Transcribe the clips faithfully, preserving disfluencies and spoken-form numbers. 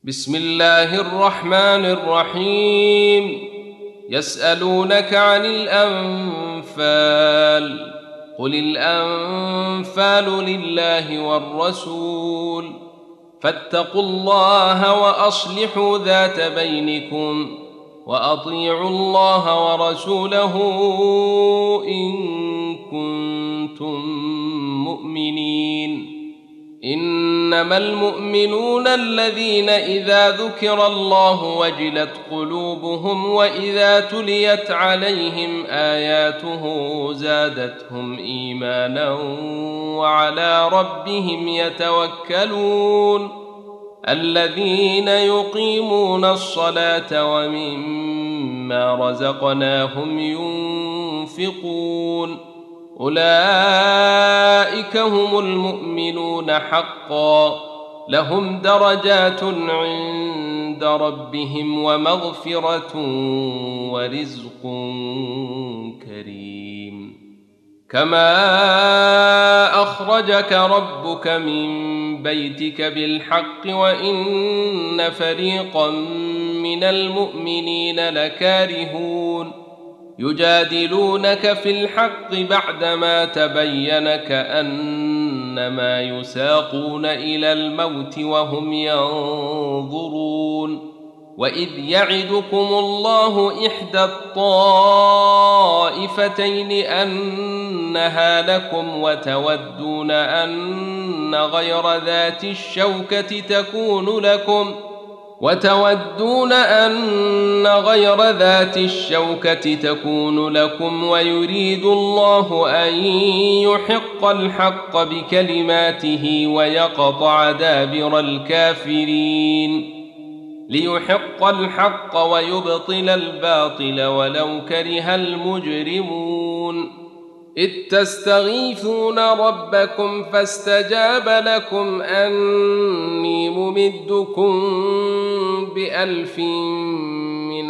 بسم الله الرحمن الرحيم. يسألونك عن الأنفال، قل الأنفال لله والرسول، فاتقوا الله وأصلحوا ذات بينكم، وأطيعوا الله ورسوله إن كنتم مؤمنين. إنما المؤمنون الذين إذا ذكر الله وجلت قلوبهم وإذا تليت عليهم آياته زادتهم إيمانا وعلى ربهم يتوكلون. الذين يقيمون الصلاة ومما رزقناهم ينفقون، أولئك هم المؤمنون حقا، لهم درجات عند ربهم ومغفرة ورزق كريم. كما أخرجك ربك من بيتك بالحق وإن فريقا من المؤمنين لكارهون، يجادلونك في الحق بعدما تبين كأنما يساقون إلى الموت وهم ينظرون. وإذ يعدكم الله إحدى الطائفتين أنها لكم وتودون أن غير ذات الشوكة تكون لكم وتودون أن غير ذات الشوكة تكون لكم ويريد الله أن يحق الحق بكلماته ويقطع دابر الكافرين، ليحق الحق ويبطل الباطل ولو كره المجرمون. إذ تستغيثون ربكم فاستجاب لكم أني ممدكم بألف من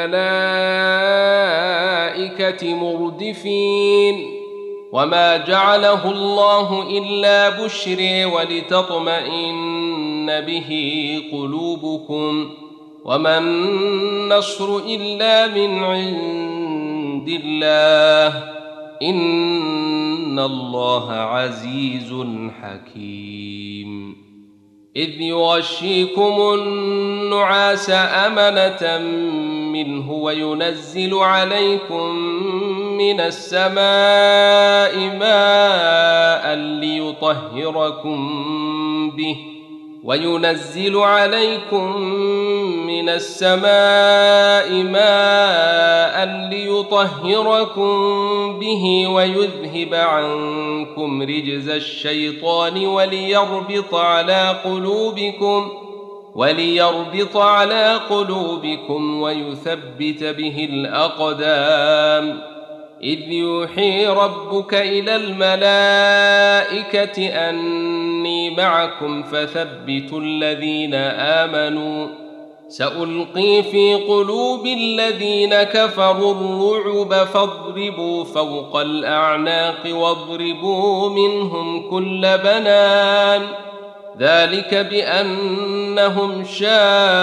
الملائكة مردفين. وما جعله الله إلا بشرى ولتطمئن به قلوبكم، وما النصر إلا من عند الله، إن الله عزيز حكيم. إذ يغشيكم النعاس أمنة منه وينزل عليكم من السماء ماء ليطهركم به وينزل عليكم من السماء ماء ليطهركم به ويذهب عنكم رجز الشيطان وليربط على قلوبكم وليربط على قلوبكم ويثبت به الأقدام. إذ يوحي ربك إلى الملائكة أني معكم فثبتوا الذين آمنوا، سألقي في قلوب الذين كفروا الرعب فاضربوا فوق الأعناق واضربوا منهم كل بنان، ذلك بأنهم شاقوا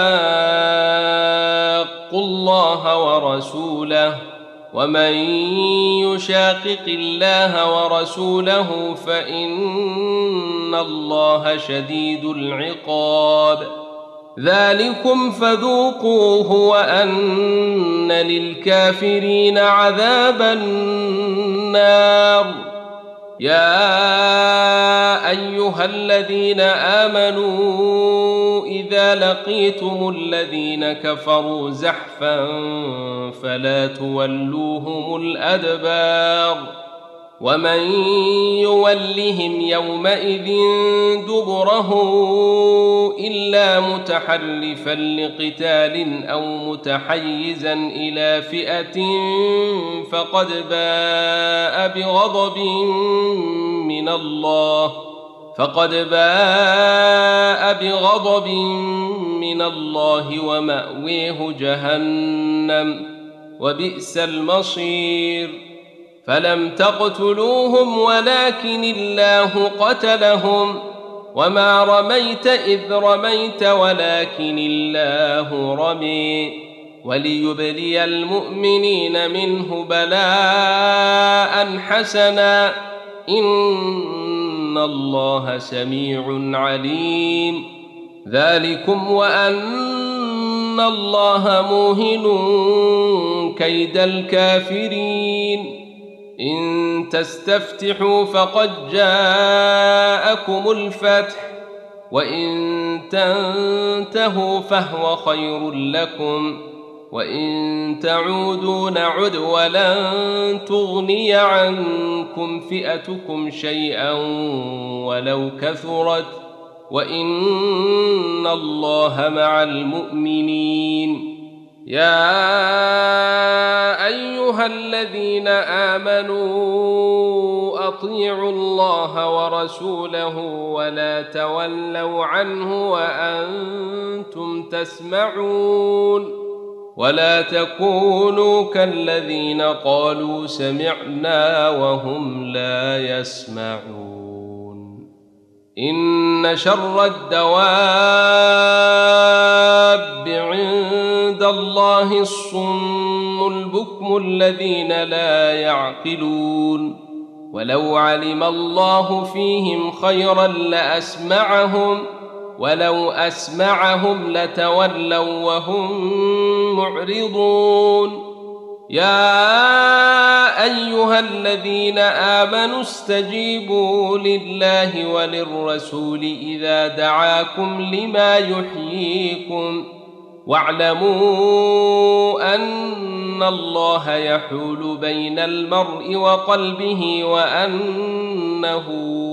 الله ورسوله، ومن يشاقق الله ورسوله فإن الله شديد العقاب. ذلكم فذوقوه وأن للكافرين عذاب النار. يا أيها الذين آمنوا إذا لقيتم الذين كفروا زحفا فلا تولوهم الأدبار، ومن يولهم يومئذ دبره إلا متحرفا لقتال أو متحيزا إلى فئة فقد باء بغضب من الله فقد باء بغضب من الله ومأويه جهنم وبئس المصير. فلم تقتلوهم ولكن الله قتلهم وما رميت إذ رميت ولكن الله رمي وليبلي المؤمنين منه بلاء حسنا إن الله سميع عليم ذلكم وأن الله موهن كيد الكافرين إن تستفتحوا فقد جاءكم الفتح وإن تنتهوا فهو خير لكم وإن تعودوا نعد ولن تغني عنكم فئتكم شيئا ولو كثرت وإن الله مع المؤمنين يا أيها الذين آمنوا أطيعوا الله ورسوله ولا تولوا عنه وأنتم تسمعون ولا تكونوا كالذين قالوا سمعنا وهم لا يسمعون إن شر الدواب عند الله الصم البكم الذين لا يعقلون ولو علم الله فيهم خيرا لأسمعهم ولو أسمعهم لتولوا وهم معرضون يا أيها الذين آمنوا استجيبوا لله وللرسول إذا دعاكم لما يحييكم واعلموا أن الله يحول بين المرء وقلبه وأنه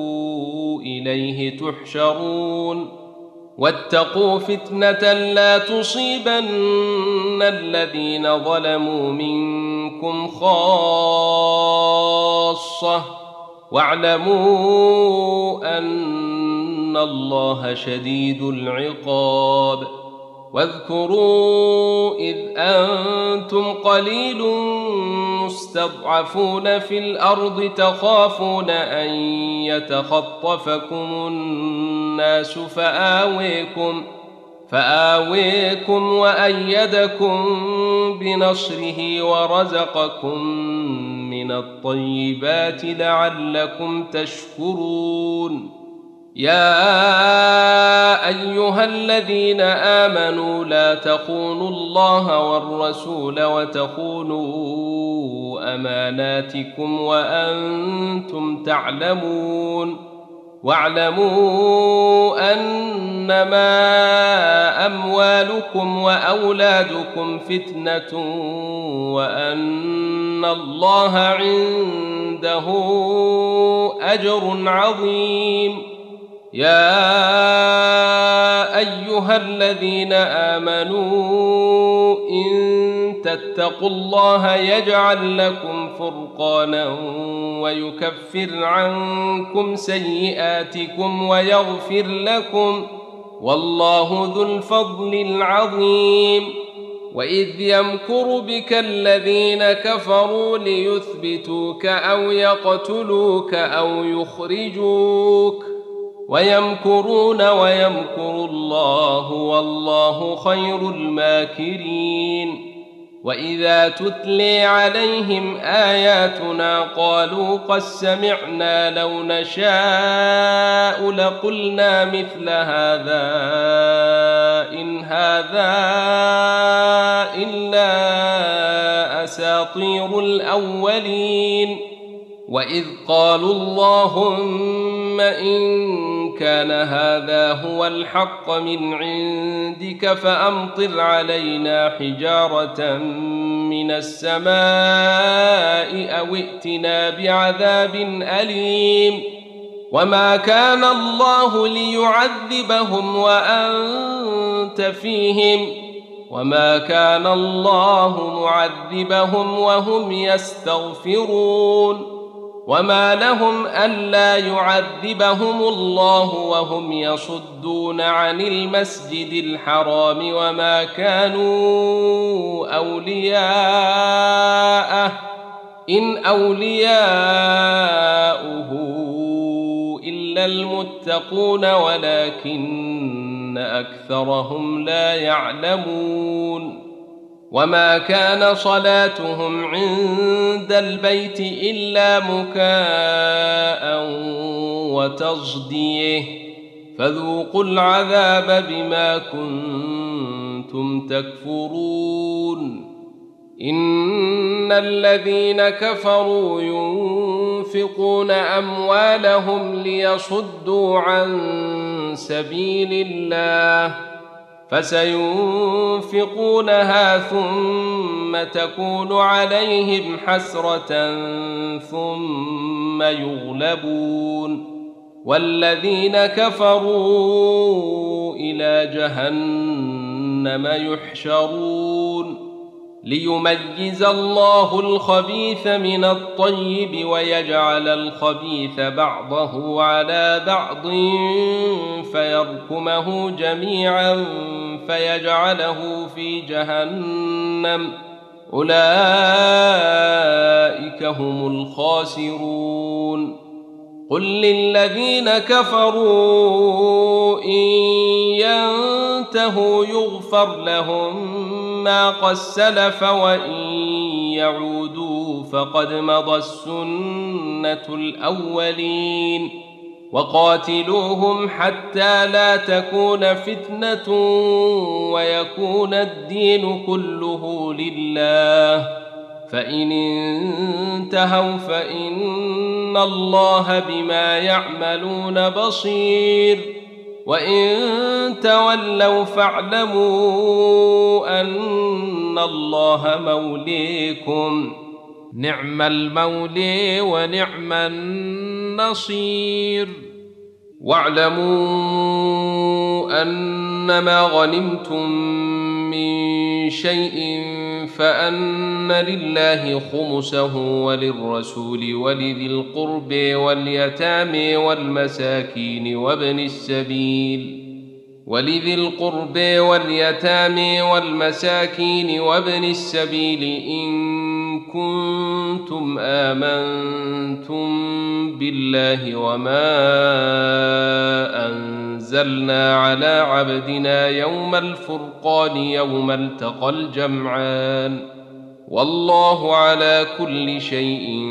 إليه تحشرون واتقوا فتنة لا تصيبن الذين ظلموا منكم خاصة واعلموا أن الله شديد العقاب واذكروا إذ أنتم قليل مستضعفون في الأرض تخافون أن يتخطفكم الناس فآويكم فآويكم وأيدكم بنصره ورزقكم من الطيبات لعلكم تشكرون يا أيها الذين آمنوا لا تخونوا الله والرسول وتخونوا أماناتكم وأنتم تعلمون واعلموا أنما أموالكم وأولادكم فتنة وأن الله عنده أجر عظيم يا أيها الذين آمنوا إن تتقوا الله يجعل لكم فرقانا ويكفر عنكم سيئاتكم ويغفر لكم والله ذو الفضل العظيم وإذ يمكر بك الذين كفروا ليثبتوك أو يقتلوك أو يخرجوك ويمكرون ويمكر الله والله خير الماكرين وإذا تتلي عليهم آياتنا قالوا قد سمعنا لو نشاء لقلنا مثل هذا إن هذا إلا أساطير الأولين وإذ قالوا اللهم إن كان هذا هو الحق من عندك فأمطر علينا حجارة من السماء أو ائتنا بعذاب أليم وما كان الله ليعذبهم وأنت فيهم وما كان الله معذبهم وهم يستغفرون وما لهم ألا يعذبهم الله وهم يصدون عن المسجد الحرام وما كانوا أولياءه إن أولياؤه إلا إلا المتقون ولكن أكثرهم لا يعلمون وما كان صلاتهم عند البيت إلا مكاء وتصديه فذوقوا العذاب بما كنتم تكفرون إن الذين كفروا ينفقون أموالهم ليصدوا عن سبيل الله فسينفقونها ثم تكون عليهم حسرة ثم يغلبون والذين كفروا إلى جهنم يحشرون ليميز الله الخبيث من الطيب ويجعل الخبيث بعضه على بعض فيركمه جميعا فيجعله في جهنم أولئك هم الخاسرون قل للذين كفروا إن ينتهوا يغفر لهم ما قد سلف وإن يعودوا فقد مضى السنة الأولين وقاتلوهم حتى لا تكون فتنة ويكون الدين كله لله فإن انتهوا فإن الله بما يعملون بصير وإن تولوا فاعلموا أن الله موليكم نعم المولي ونعم النصير واعلموا أنما غنمتم من شيء فأن لله خمسه وللرسول ولذي القرب واليتامى والمساكين وابن السبيل ولذي القرب واليتامى والمساكين وابن السبيل إن كنتم آمنتم بالله وما أنزلنا على عبدنا يوم الفرقان يوم التقى الجمعان والله على كل شيء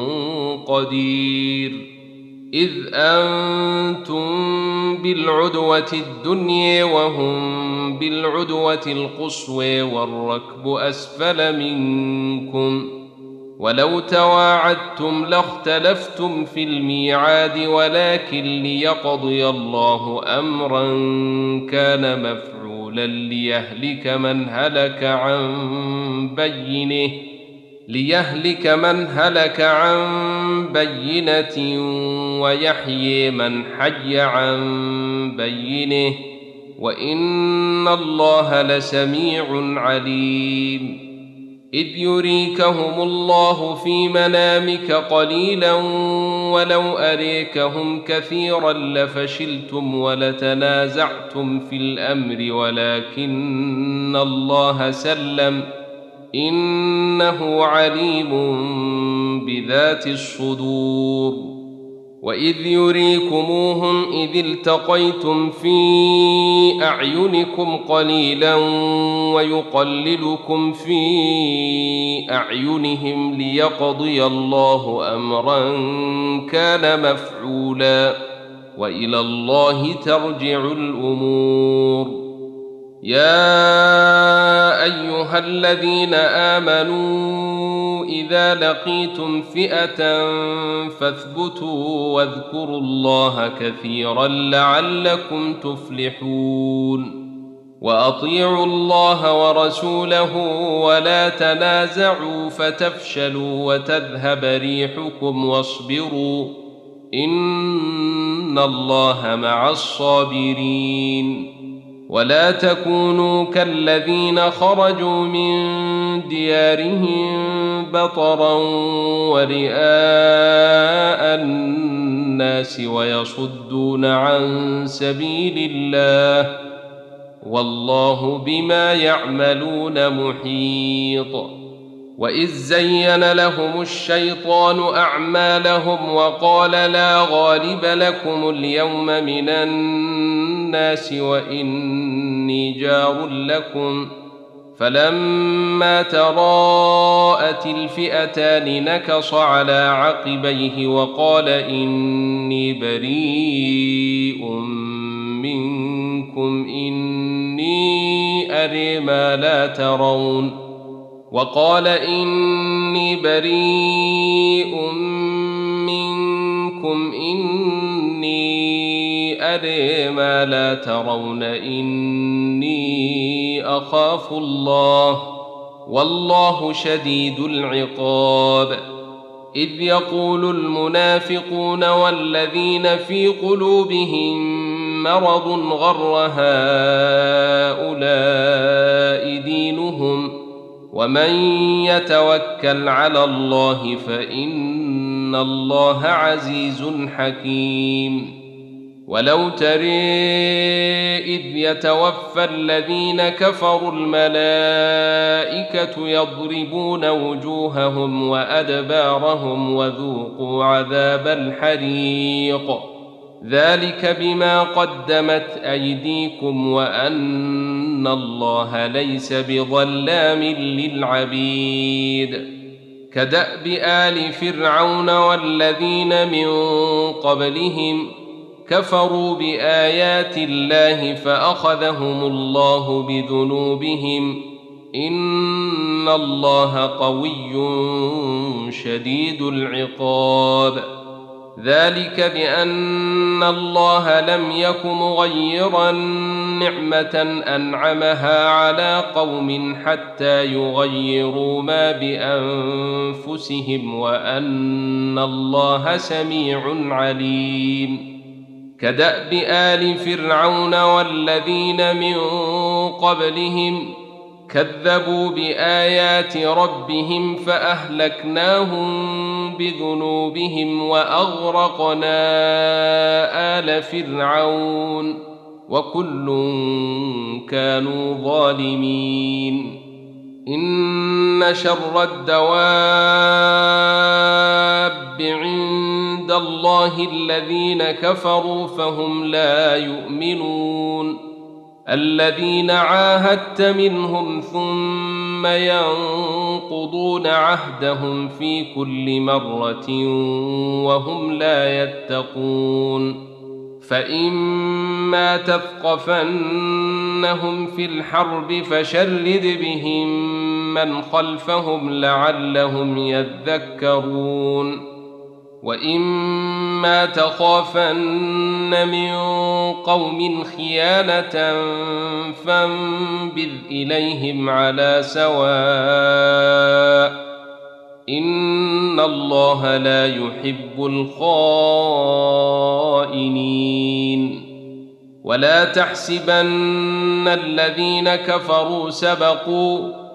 قدير إذ أنتم بالعدوة الدنيا وهم بالعدوة القصوى والركب أسفل منكم ولو تواعدتم لاختلفتم في الميعاد ولكن ليقضي الله أمرا كان مفعولا ليهلك من هلك عن بينه ليهلك من هلك عن بينة ويحيي من حي عن بينه وإن الله لسميع عليم إذ يريكهم الله في منامك قليلا ولو أريكهم كثيرا لفشلتم ولتنازعتم في الأمر ولكن الله سلم إنه عليم بذات الصدور وإذ يريكموهم إذ التقيتم في أعينكم قليلا ويقللكم في أعينهم ليقضي الله أمرا كان مفعولا وإلى الله ترجع الأمور يا أيها الذين آمنوا إذا لقيتم فئة فاثبتوا واذكروا الله كثيرا لعلكم تفلحون وأطيعوا الله ورسوله ولا تنازعوا فتفشلوا وتذهب ريحكم واصبروا إن الله مع الصابرين ولا تكونوا كالذين خرجوا من ديارهم بطرا ورئاء الناس ويصدون عن سبيل الله والله بما يعملون محيط وإذ زين لهم الشيطان أعمالهم وقال لا غالب لكم اليوم من الناس وإني جار لكم فلما تراءت الفئتان نكص على عقبيه وقال إني بريء منكم إني أري ما لا ترون وقال إني بريء منكم إني أري ما لا ترون إني أخاف الله والله شديد العقاب إذ يقول المنافقون والذين في قلوبهم مرض غر هؤلاء دينهم ومن يتوكل على الله فإن الله عزيز حكيم ولو ترى إذ يتوفى الذين كفروا الملائكة يضربون وجوههم وأدبارهم وذوقوا عذاب الحريق ذلك بما قدمت أيديكم وأن الله ليس بظلام للعبيد كدأب آل فرعون والذين من قبلهم كفروا بآيات الله فأخذهم الله بذنوبهم إن الله قوي شديد العقاب ذلك بأن الله لم يك مغيرا نعمة أنعمها على قوم حتى يغيروا ما بأنفسهم وأن الله سميع عليم كدأب آل فرعون والذين من قبلهم كذبوا بآيات ربهم فأهلكناهم بذنوبهم وأغرقنا آل فرعون وكل كانوا ظالمين إن شر الدواب عند الله الذين كفروا فهم لا يؤمنون الذين عاهدت منهم ثم ينقضون عهدهم في كل مرة وهم لا يتقون فإما تثقفنهم في الحرب فشرد بهم من خلفهم لعلهم يذكرون وإما تخافن من قوم خيانة فانبذ إليهم على سواء إن الله لا يحب الخائنين ولا تحسبن الذين كفروا سبقوا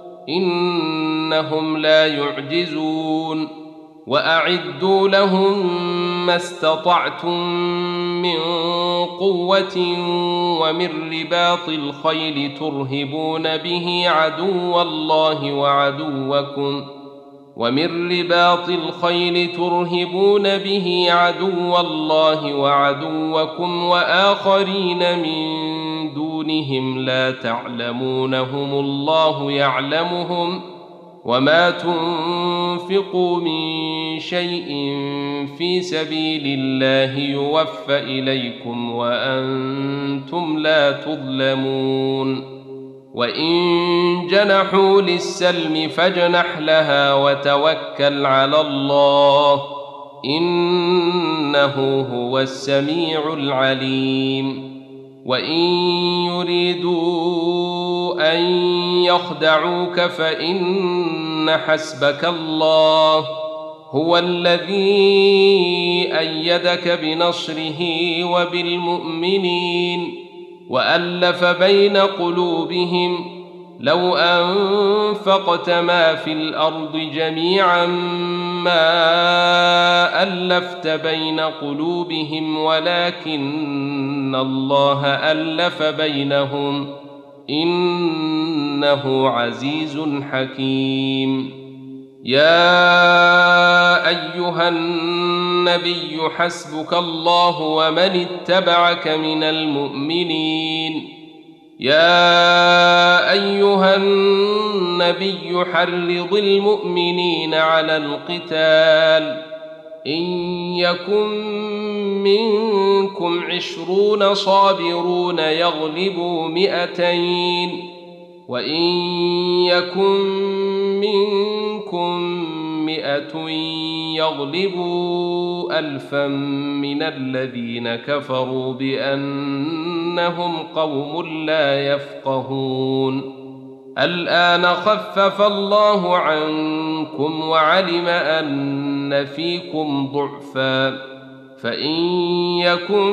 إنهم لا يعجزون وأعدوا لهم ما استطعتم من قوة ومن رباط الخيل ترهبون به عدو الله وعدوكم ومن رباط الخيل ترهبون به عدو الله وعدوكم وآخرين من دونهم لا تعلمونهم الله يعلمهم وما تنفقوا من شيء في سبيل الله يوفى إليكم وأنتم لا تظلمون وإن جنحوا للسلم فاجنح لها وتوكل على الله إنه هو السميع العليم وإن يريدوا أن يخدعوك فإن حسبك الله هو الذي أيدك بنصره وبالمؤمنين وألف بين قلوبهم لو أنفقت ما في الأرض جميعا ما ألفت بين قلوبهم ولكن الله ألف بينهم إنه عزيز حكيم يا أيها النبي حسبك الله ومن اتبعك من المؤمنين يا أيها النبي حرض المؤمنين على القتال إن يكن منكم عشرون صابرون يغلبوا مئتين وإن يكن منكم مئة يغلبوا ألفا من الذين كفروا بأنهم قوم لا يفقهون الآن خفف الله عنكم وعلم أن فيكم ضعفا فإن يكن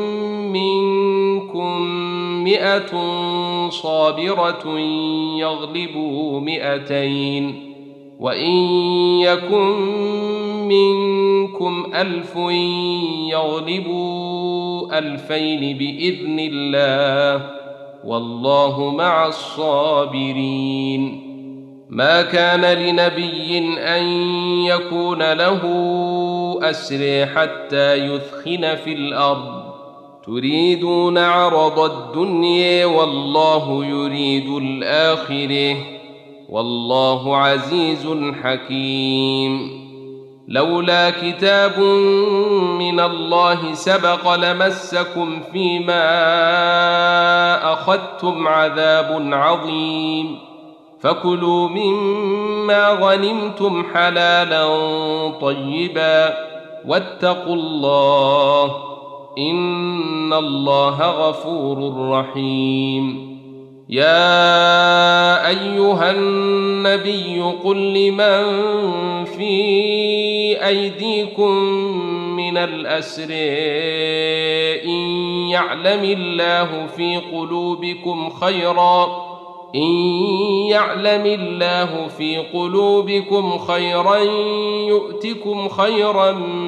منكم مئة صابرة يغلبوا مئتين وإن يكن منكم ألف يغلبوا ألفين بإذن الله والله مع الصابرين ما كان لنبي أن يكون له أسرى حتى يثخن في الأرض تريدون عرض الدنيا والله يريد الآخرة والله عزيز حكيم لولا كتاب من الله سبق لمسكم فيما أخذتم عذاب عظيم فكلوا مما غنمتم حلالا طيبا واتقوا الله إن الله غفور رحيم يا أيها النبي قل لمن في أيديكم من الأسرى إن يعلم الله في قلوبكم خيرا إن يعلم الله في قلوبكم خيرا يؤتكم خيرا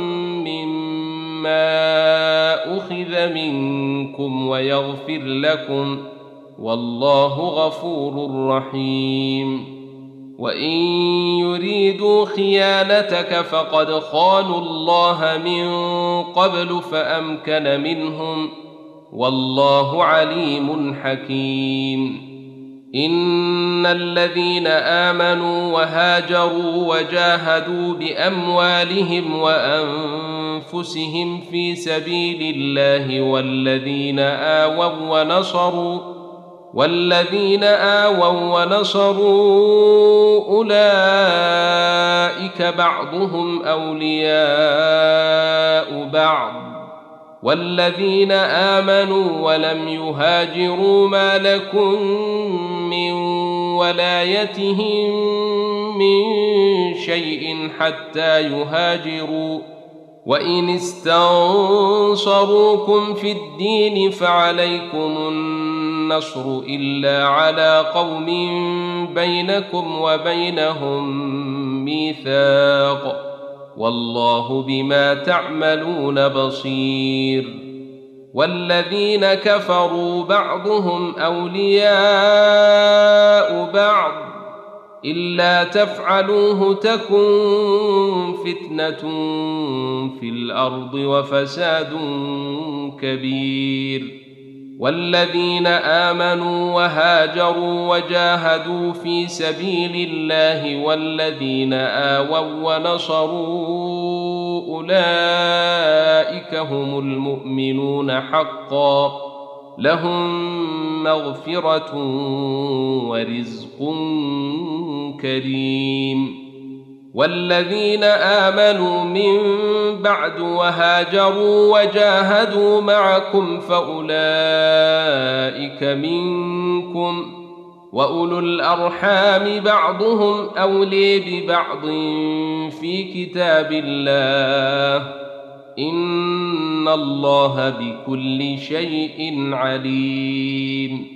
مما أخذ منكم ويغفر لكم والله غفور رحيم وإن يريدوا خيانتك فقد خانوا الله من قبل فأمكن منهم والله عليم حكيم إن الذين آمنوا وهاجروا وجاهدوا بأموالهم وأنفسهم في سبيل الله والذين آووا ونصروا والذين آووا ونصروا أولئك بعضهم أولياء بعض والذين آمنوا ولم يهاجروا ما لكم من ولايتهم من شيء حتى يهاجروا وإن استنصروكم في الدين فعليكم النصر إلا على قوم بينكم وبينهم ميثاق والله بما تعملون بصير والذين كفروا بعضهم أولياء بعض إلا تفعلوه تكن فتنة في الأرض وفساد كبير والذين آمنوا وهاجروا وجاهدوا في سبيل الله والذين آووا ونصروا أولئك هم المؤمنون حقا لهم مغفرة ورزق كريم والذين آمنوا من بعد وهاجروا وجاهدوا معكم فأولئك منكم وأولو الأرحام بعضهم أولي ببعض في كتاب الله إن الله بكل شيء عليم